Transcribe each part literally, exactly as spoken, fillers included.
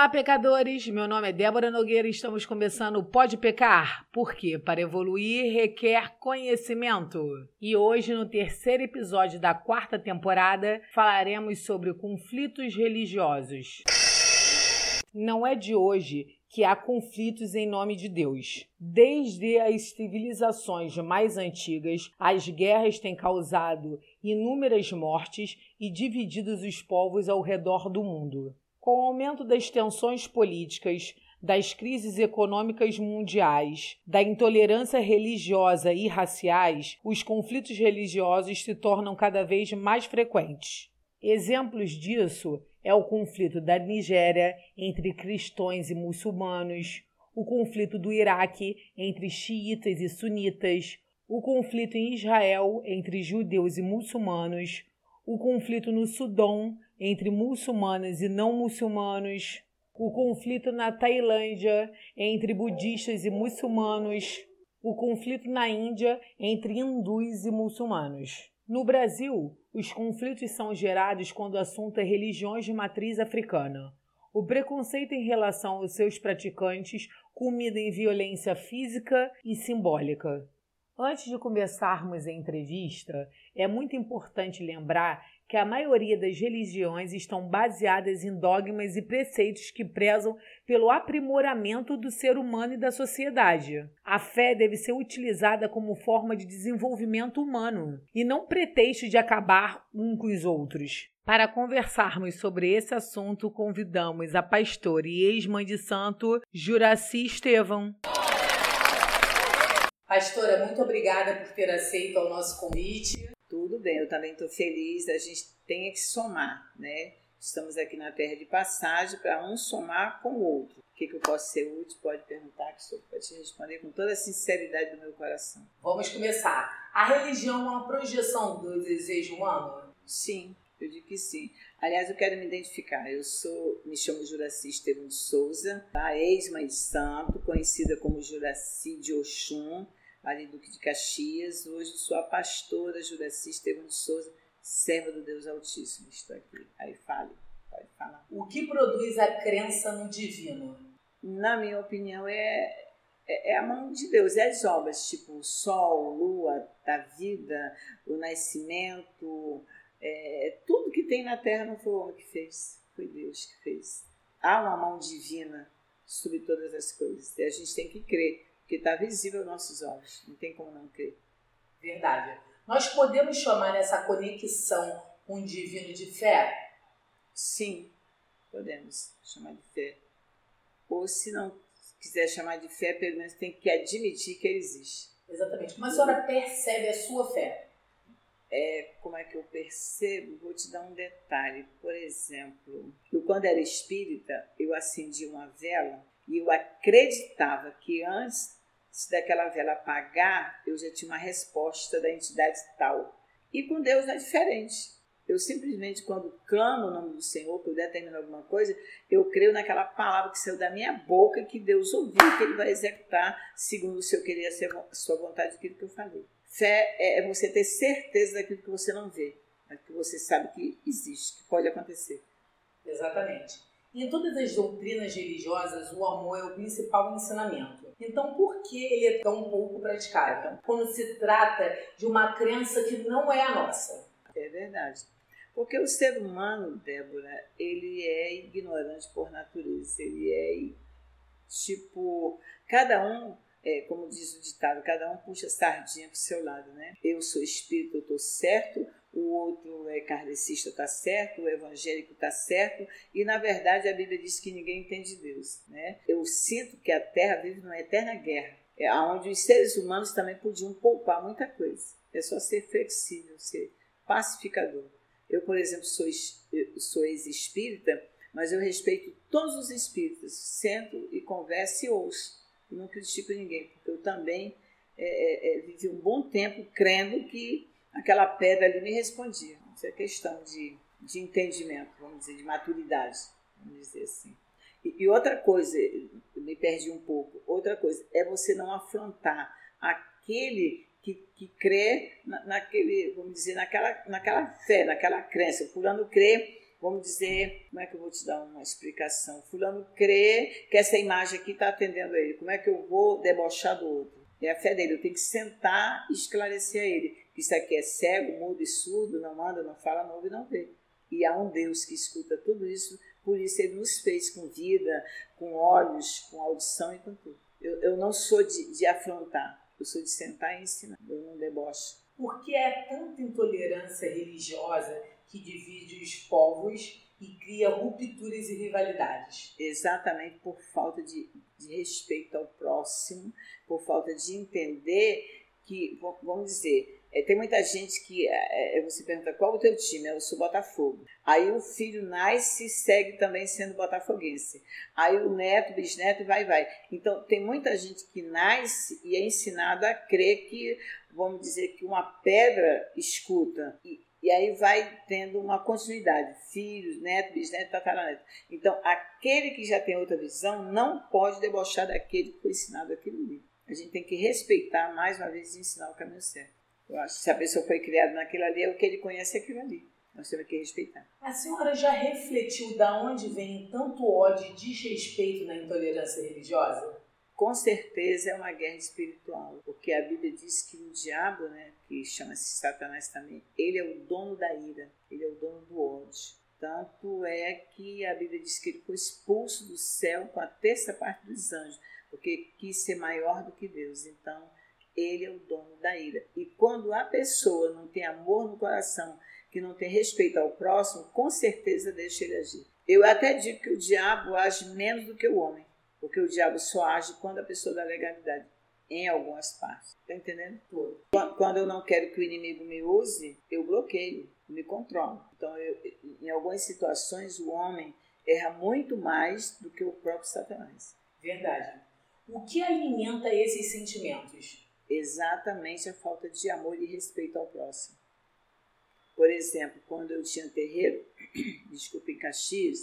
pecadores! Meu nome é Débora Nogueira e estamos começando o Pode Pecar, porque para evoluir requer conhecimento. E hoje, no terceiro episódio da quarta temporada, falaremos sobre conflitos religiosos. Não é de hoje que há conflitos em nome de Deus. Desde as civilizações mais antigas, as guerras têm causado inúmeras mortes e dividido os povos ao redor do mundo. Com o aumento das tensões políticas, das crises econômicas mundiais, da intolerância religiosa e raciais, os conflitos religiosos se tornam cada vez mais frequentes. Exemplos disso é o conflito da Nigéria entre cristãos e muçulmanos, o conflito do Iraque entre xiitas e sunitas, o conflito em Israel entre judeus e muçulmanos, o conflito no Sudão entre muçulmanos e não muçulmanos, o conflito na Tailândia entre budistas e muçulmanos, o conflito na Índia entre hindus e muçulmanos. No Brasil, os conflitos são gerados quando o assunto é religiões de matriz africana. O preconceito em relação aos seus praticantes culmina em violência física e simbólica. Antes de começarmos a entrevista, é muito importante lembrar que a maioria das religiões estão baseadas em dogmas e preceitos que prezam pelo aprimoramento do ser humano e da sociedade. A fé deve ser utilizada como forma de desenvolvimento humano e não pretexto de acabar um com os outros. Para conversarmos sobre esse assunto, convidamos a pastora e ex-mãe de santo, Juraci Estevão. Pastora, muito obrigada por ter aceito o nosso convite. Tudo bem, eu também estou feliz, a gente tem que somar, né? Estamos aqui na terra de passagem para um somar com o outro. O que, que eu posso ser útil? Pode perguntar, que estou para te responder com toda a sinceridade do meu coração. Vamos começar. A religião é uma projeção do desejo humano? Sim, eu digo que sim. Aliás, eu quero me identificar. Eu sou, me chamo Juraci Estevão de Souza, tá? Ex-mãe de santo, conhecida como Juraci de Oxum, ali do Duque de Caxias. Hoje sou a pastora Juraci Estevão de Souza, serva do Deus Altíssimo. Estou aqui. Aí fale, pode falar. O que produz a crença no divino? Na minha opinião, é, é, é a mão de Deus, é as obras, tipo o sol, lua, a vida, o nascimento, é, tudo que tem na terra não foi o homem que fez, foi Deus que fez. Há uma mão divina sobre todas as coisas e a gente tem que crer. Porque está visível aos nossos olhos, não tem como não crer. Verdade. Nós podemos chamar essa conexão com o divino de fé? Sim, podemos chamar de fé. Ou se não quiser chamar de fé, pelo menos tem que admitir que ele existe. Exatamente. Como a senhora percebe a sua fé? É, como é que eu percebo? Vou te dar um detalhe. Por exemplo, eu quando era espírita, eu acendi uma vela e eu acreditava que antes se daquela vela apagar, eu já tinha uma resposta da entidade tal. E com Deus não é diferente. Eu simplesmente, quando clamo o nome do Senhor, que eu determino alguma coisa, eu creio naquela palavra que saiu da minha boca, que Deus ouviu, que Ele vai executar segundo o seu querer, a sua vontade, aquilo que eu falei. Fé é você ter certeza daquilo que você não vê, daquilo que você sabe que existe, que pode acontecer. Exatamente. Em todas as doutrinas religiosas, o amor é o principal ensinamento. Então, por que ele é tão pouco praticado? Quando se trata de uma crença que não é a nossa. É verdade. Porque o ser humano, Débora, ele é ignorante por natureza. Ele é, tipo, cada um, é, como diz o ditado, cada um puxa a sardinha para o seu lado, né? Eu sou espírita, eu estou certo. O outro é kardecista, está certo, o evangélico está certo, e na verdade a Bíblia diz que ninguém entende Deus, né? Eu sinto que a Terra vive numa eterna guerra, é onde os seres humanos também podiam poupar muita coisa. É só ser flexível, ser pacificador. Eu, por exemplo, sou, sou ex-espírita, mas eu respeito todos os espíritas, sento e converso e ouço, e não critico ninguém, porque eu também é, é, vivi um bom tempo crendo que aquela pedra ali me respondia. Isso é questão de, de entendimento, vamos dizer, de maturidade, vamos dizer assim. E, e outra coisa, eu me perdi um pouco, outra coisa é você não afrontar aquele que, que crê na, naquele, vamos dizer, naquela, naquela fé, naquela crença. O fulano crê vamos dizer, como é que eu vou te dar uma explicação? Fulano crê que essa imagem aqui está atendendo a ele. Como é que eu vou debochar do outro? É a fé dele. Eu tenho que sentar e esclarecer a ele que isso aqui é cego, mudo e surdo, não anda, não fala, não ouve e não vê. E há um Deus que escuta tudo isso, por isso ele nos fez com vida, com olhos, com audição e com tudo. Eu, eu não sou de, de afrontar, eu sou de sentar e ensinar, eu não debocho. Por que é tanta intolerância religiosa que divide os povos e cria rupturas e rivalidades? Exatamente por falta de, de respeito ao próximo, por falta de entender que, vamos dizer, é, tem muita gente que é, você pergunta qual é o teu time, eu sou Botafogo. Aí o filho nasce e segue também sendo botafoguense. Aí o neto, bisneto, vai, vai. Então tem muita gente que nasce e é ensinado a crer que, vamos dizer, que uma pedra escuta. E, E aí vai tendo uma continuidade, filhos, neto, bisneto, tataraneto. Então, aquele que já tem outra visão não pode debochar daquele que foi ensinado aquilo ali. A gente tem que respeitar, mais uma vez, e ensinar o caminho certo. Eu acho que se a pessoa foi criada naquilo ali, é o que ele conhece aquilo ali. Nós temos que respeitar. A senhora já refletiu de onde vem tanto ódio e desrespeito na intolerância religiosa? Com certeza é uma guerra espiritual, porque a Bíblia diz que o diabo, né, que chama-se Satanás também, ele é o dono da ira, ele é o dono do ódio. Tanto é que a Bíblia diz que ele foi expulso do céu com a terça parte dos anjos, porque quis ser maior do que Deus. Então, ele é o dono da ira. E quando a pessoa não tem amor no coração, que não tem respeito ao próximo, com certeza deixa ele agir. Eu até digo que o diabo age menos do que o homem. Porque o diabo só age quando a pessoa dá legalidade, em algumas partes. Está entendendo? Tudo. Quando eu não quero que o inimigo me use, eu bloqueio, me controlo. Então, eu, em algumas situações, o homem erra muito mais do que o próprio Satanás. Verdade. O que alimenta esses sentimentos? Exatamente a falta de amor e respeito ao próximo. Por exemplo, quando eu tinha terreiro, desculpa, em Caxias,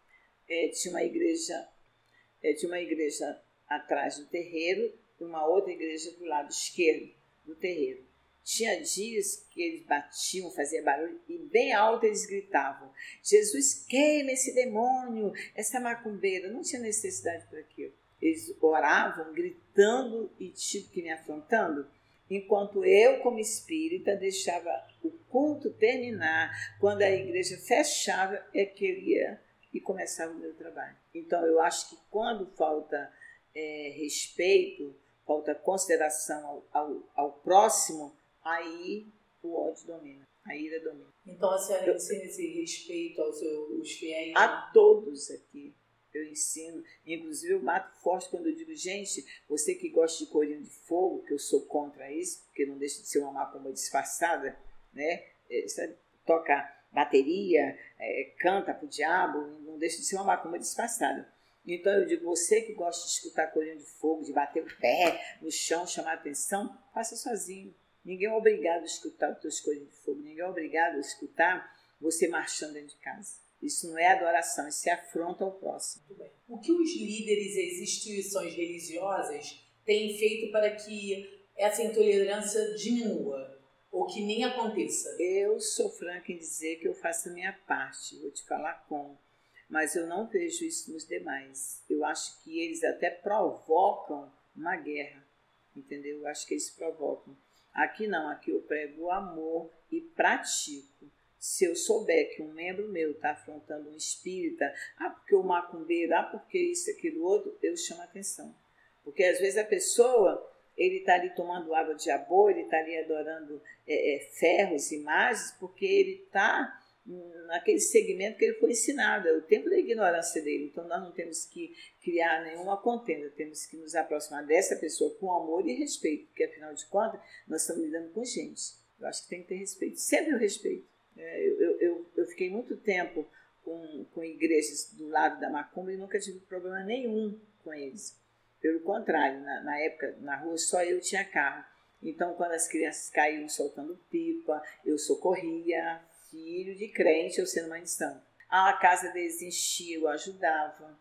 é, tinha uma igreja... Tinha uma igreja atrás do terreiro e uma outra igreja do lado esquerdo do terreiro. Tinha dias que eles batiam, faziam barulho e bem alto eles gritavam: Jesus, queima esse demônio, essa macumbeira. Não tinha necessidade para aquilo. Eles oravam gritando e tipo que me afrontando, enquanto eu, como espírita, deixava o culto terminar. Quando a igreja fechava, é que eu ia e começava o meu trabalho. Então, eu acho que quando falta é, respeito, falta consideração ao, ao, ao próximo, aí o ódio domina, a ira domina. Então, a senhora eu, ensina esse respeito aos seus fiéis? A todos aqui eu ensino. Inclusive, eu bato forte quando eu digo: gente, você que gosta de corinho de fogo, que eu sou contra isso, porque não deixa de ser uma macumba disfarçada, né? É, sabe, toca bateria, é, canta pro diabo, não deixa de ser uma macumba disfarçada. Então eu digo, você que gosta de escutar corinho de fogo, de bater o pé no chão, chamar atenção, faça sozinho. Ninguém é obrigado a escutar os teus corinhos de fogo, ninguém é obrigado a escutar você marchando dentro de casa. Isso não é adoração, isso é afronta ao próximo. Muito bem. O que os líderes e as instituições religiosas têm feito para que essa intolerância diminua? Ou que nem aconteça? Eu sou franca em dizer que eu faço a minha parte, vou te falar como, mas eu não vejo isso nos demais. Eu acho que eles até provocam uma guerra, entendeu? Eu acho que eles provocam. Aqui não, aqui eu prego o amor e pratico. Se eu souber que um membro meu está afrontando um espírita, ah, porque o macumbeiro, ah, porque isso, aquilo, outro, eu chamo a atenção. Porque às vezes a pessoa... ele está ali tomando água de jabô, ele está ali adorando é, é, ferros, imagens, porque ele está naquele segmento que ele foi ensinado, é o tempo da ignorância dele. Então nós não temos que criar nenhuma contenda, temos que nos aproximar dessa pessoa com amor e respeito, porque afinal de contas nós estamos lidando com gente. Eu acho que tem que ter respeito, sempre o respeito. É, eu, eu, eu fiquei muito tempo com, com igrejas do lado da macumba e nunca tive problema nenhum com eles. Pelo contrário, na, na época, na rua, só eu tinha carro. Então, quando as crianças caíam soltando pipa, eu socorria, filho de crente, eu sendo mãe de santo. A casa deles enchia, eu ajudava.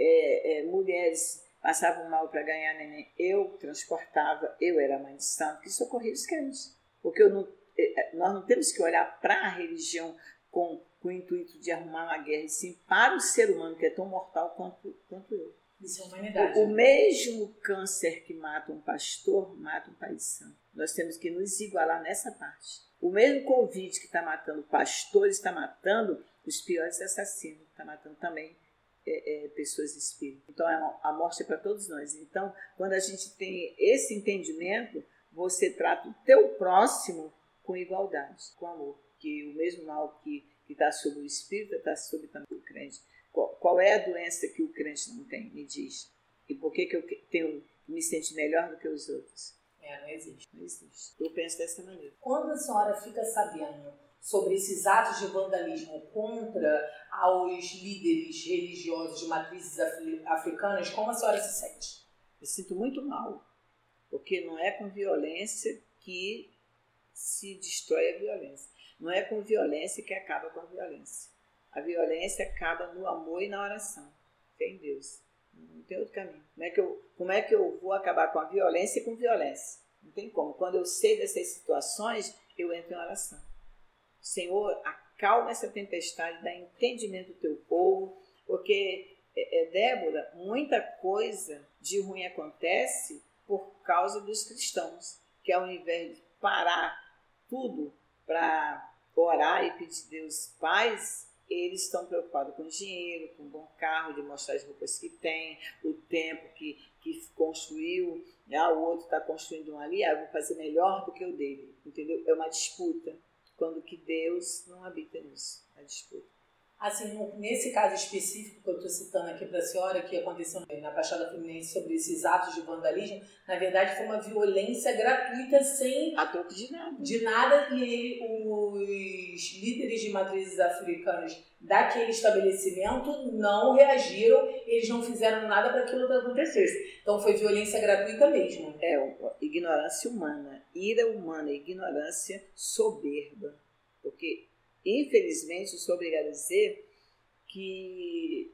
É, é, mulheres passavam mal para ganhar neném, eu transportava, eu era mãe de santo, que socorria os crentes. Porque eu não, nós não temos que olhar para a religião com, com o intuito de arrumar uma guerra, e sim para o ser humano, que é tão mortal quanto, quanto eu. Isso é humanidade. O, o mesmo câncer que mata um pastor, mata um país santo. Nós temos que nos igualar nessa parte. O mesmo Covid que está matando pastores, está matando os piores assassinos, está matando também é, é, pessoas de espírito. Então, a morte é para todos nós. Então, quando a gente tem esse entendimento, você trata o teu próximo com igualdade, com amor. Que o mesmo mal que está sobre o espírito está sobre também o crente. Qual, qual é a doença que o crente não tem? Me diz. E por que, que eu tenho, me senti melhor do que os outros? É, não existe. Não existe. Eu penso dessa maneira. Quando a senhora fica sabendo sobre esses atos de vandalismo contra aos líderes religiosos de matrizes africanas, como a senhora se sente? Eu sinto muito mal, porque não é com violência que se destrói a violência. Não é com violência que acaba com a violência. A violência acaba no amor e na oração. Tem Deus. Não tem outro caminho. Como é, que eu, como é que eu vou acabar com a violência com violência? Não tem como. Quando eu sei dessas situações, eu entro em oração. Senhor, acalma essa tempestade, dá entendimento do teu povo, porque, é, Débora, muita coisa de ruim acontece por causa dos cristãos, que ao invés de parar tudo para orar e pedir a Deus paz, eles estão preocupados com dinheiro, com um bom carro, de mostrar as roupas que tem, o tempo que, que construiu, ah, o outro está construindo um ali, ah, eu vou fazer melhor do que o dele, entendeu? É uma disputa, quando que Deus não habita nisso, a disputa. Assim, nesse caso específico que eu estou citando aqui para a senhora, que aconteceu na Baixada Fluminense sobre esses atos de vandalismo, na verdade foi uma violência gratuita, sem a troco de nada. De nada, e ele, os líderes de matrizes africanas daquele estabelecimento não reagiram, eles não fizeram nada para aquilo que acontecesse. Então foi violência gratuita mesmo. É, ignorância humana, ira humana, ignorância soberba, porque infelizmente, eu sou obrigada a dizer que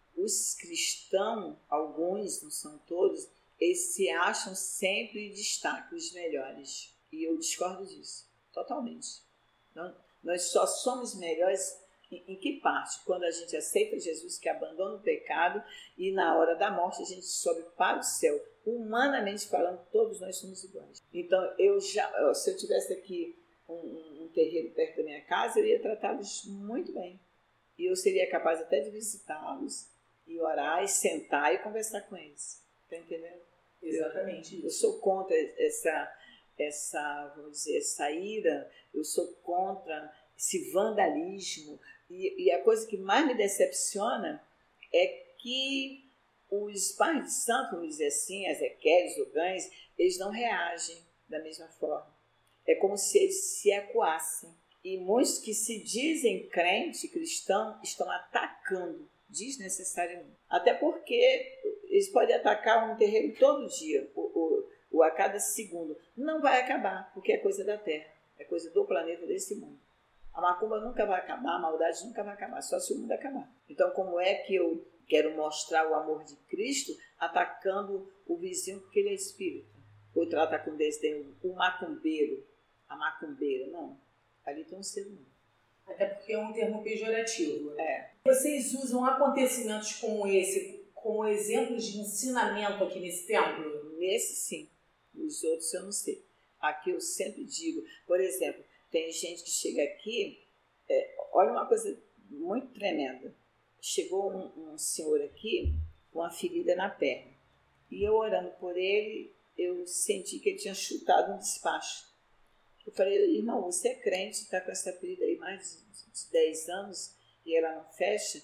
os cristãos, alguns, não são todos, eles se acham sempre em destaque, os melhores. E eu discordo disso, totalmente. Não, nós só somos melhores em, em que parte? Quando a gente aceita Jesus, que abandona o pecado, e na hora da morte a gente sobe para o céu. Humanamente falando, todos nós somos iguais. Então, eu já, se eu tivesse aqui Um, um, um terreiro perto da minha casa, eu ia tratá-los muito bem. E eu seria capaz até de visitá-los, e orar, e sentar e conversar com eles. Está entendendo? Exatamente. Eu, eu sou contra essa, essa, vamos dizer, essa ira, eu sou contra esse vandalismo. E, e a coisa que mais me decepciona é que os pais de santo, vamos dizer assim, Ezequiel, Ogães, eles não reagem da mesma forma. É como se eles se acuassem. E muitos que se dizem crente, cristão, estão atacando desnecessariamente. Até porque eles podem atacar um terreiro todo dia, ou, ou, ou a cada segundo. Não vai acabar, porque é coisa da terra, é coisa do planeta, desse mundo. A macumba nunca vai acabar, a maldade nunca vai acabar, só se o mundo acabar. Então, como é que eu quero mostrar o amor de Cristo atacando o vizinho porque ele é espírita? Ou trata com desdém o macumbeiro, a macumbeira, não. Ali tem um ser humano. Até porque é um termo pejorativo. É. Vocês usam acontecimentos como esse como exemplos de ensinamento aqui nesse templo? Nesse, sim. Os outros eu não sei. Aqui eu sempre digo, por exemplo, tem gente que chega aqui, é, olha uma coisa muito tremenda. Chegou um, um senhor aqui com uma ferida na perna. E eu orando por ele, eu senti que ele tinha chutado um despacho. Eu falei, irmão, você é crente, está com essa ferida aí mais de dez anos e ela não fecha?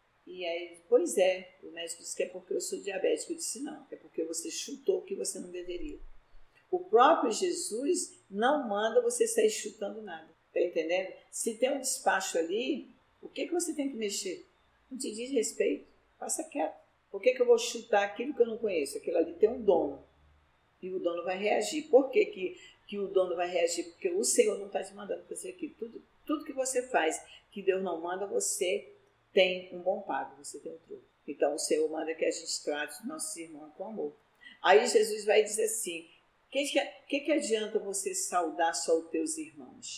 E aí, pois é, o médico disse que é porque eu sou diabético. Eu disse, não, é porque você chutou o que você não deveria. O próprio Jesus não manda você sair chutando nada, tá entendendo? Se tem um despacho ali, o que, que você tem que mexer? Não te diz respeito, passa quieto. Por que, que eu vou chutar aquilo que eu não conheço? Aquilo ali tem um dono e o dono vai reagir. Por que que que o dono vai reagir? Porque o Senhor não está te mandando fazer aquilo. Tudo, tudo que você faz, que Deus não manda, você tem um bom pago, você tem um troco. Então, o Senhor manda que a gente trate os nossos irmãos com amor. Aí Jesus vai dizer assim, o que, que, que adianta você saudar só os teus irmãos?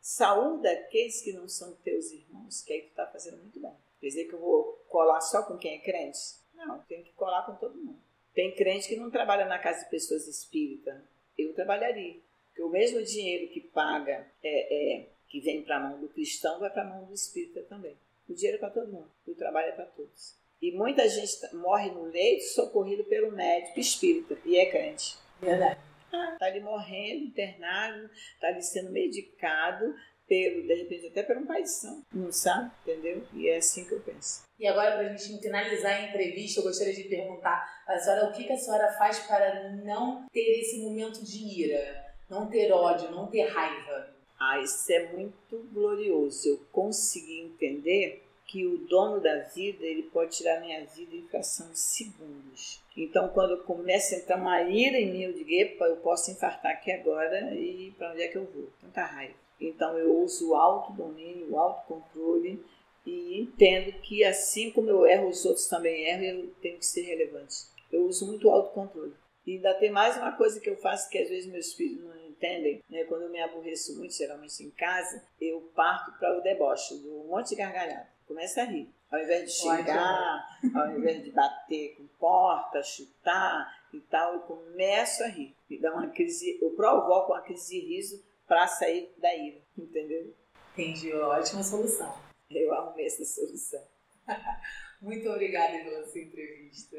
Saúda aqueles que não são teus irmãos, que aí tu está fazendo muito bem. Quer dizer que eu vou colar só com quem é crente? Não, tem que colar com todo mundo. Tem crente que não trabalha na casa de pessoas espíritas. Eu trabalharia. Porque o mesmo dinheiro que paga, é, é, que vem para a mão do cristão, vai para a mão do espírita também. O dinheiro é para todo mundo. O trabalho é para todos. E muita gente morre no leito socorrido pelo médico espírita. E é crente. Verdade. Ah, tá ali morrendo, internado, tá ali sendo medicado, pelo, de repente até por um pai de santo, não sabe, entendeu? E é assim que eu penso. E agora, para a gente finalizar a entrevista, eu gostaria de perguntar para a senhora o que, que a senhora faz para não ter esse momento de ira, não ter ódio, não ter raiva. Ah, isso é muito glorioso. Eu consegui entender que o dono da vida, ele pode tirar minha vida em fração de segundos. Então, quando eu começo a entrar uma ira em mim, eu digo, epa, eu posso infartar aqui agora e para onde é que eu vou? Tanta raiva. Então, eu uso o autodomínio, o autocontrole e entendo que assim como eu erro, os outros também erram e eu tenho que ser relevante. Eu uso muito o autocontrole. E ainda tem mais uma coisa que eu faço que às vezes meus filhos não entendem, né? Quando eu me aborreço muito, geralmente em casa, eu parto para o deboche, do monte de gargalhada. Começa a rir. Ao invés de xingar, ao invés de bater com porta, chutar e tal, eu começo a rir. Me dá uma crise, eu provoco uma crise de riso para sair da ira, entendeu? Entendi, ótima solução. Eu arrumei essa solução. Muito obrigada pela sua entrevista.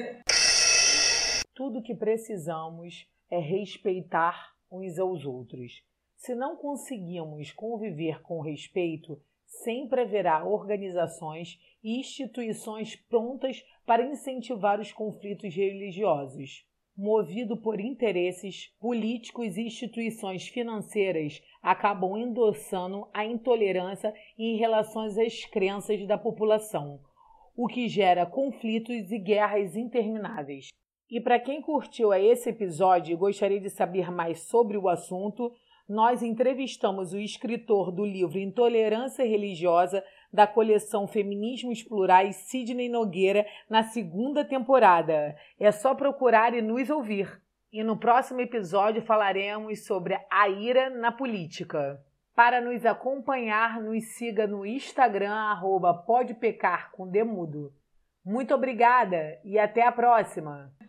Tudo que precisamos é respeitar uns aos outros. Se não conseguimos conviver com respeito, sempre haverá organizações e instituições prontas para incentivar os conflitos religiosos. Movido por interesses, políticos e instituições financeiras acabam endossando a intolerância em relação às crenças da população, o que gera conflitos e guerras intermináveis. E para quem curtiu esse episódio e gostaria de saber mais sobre o assunto, nós entrevistamos o escritor do livro Intolerância Religiosa, da coleção Feminismos Plurais, Sidney Nogueira, na segunda temporada. É só procurar e nos ouvir. E no próximo episódio falaremos sobre a ira na política. Para nos acompanhar, nos siga no Instagram, arroba pode pecar com demudo. Muito obrigada e até a próxima!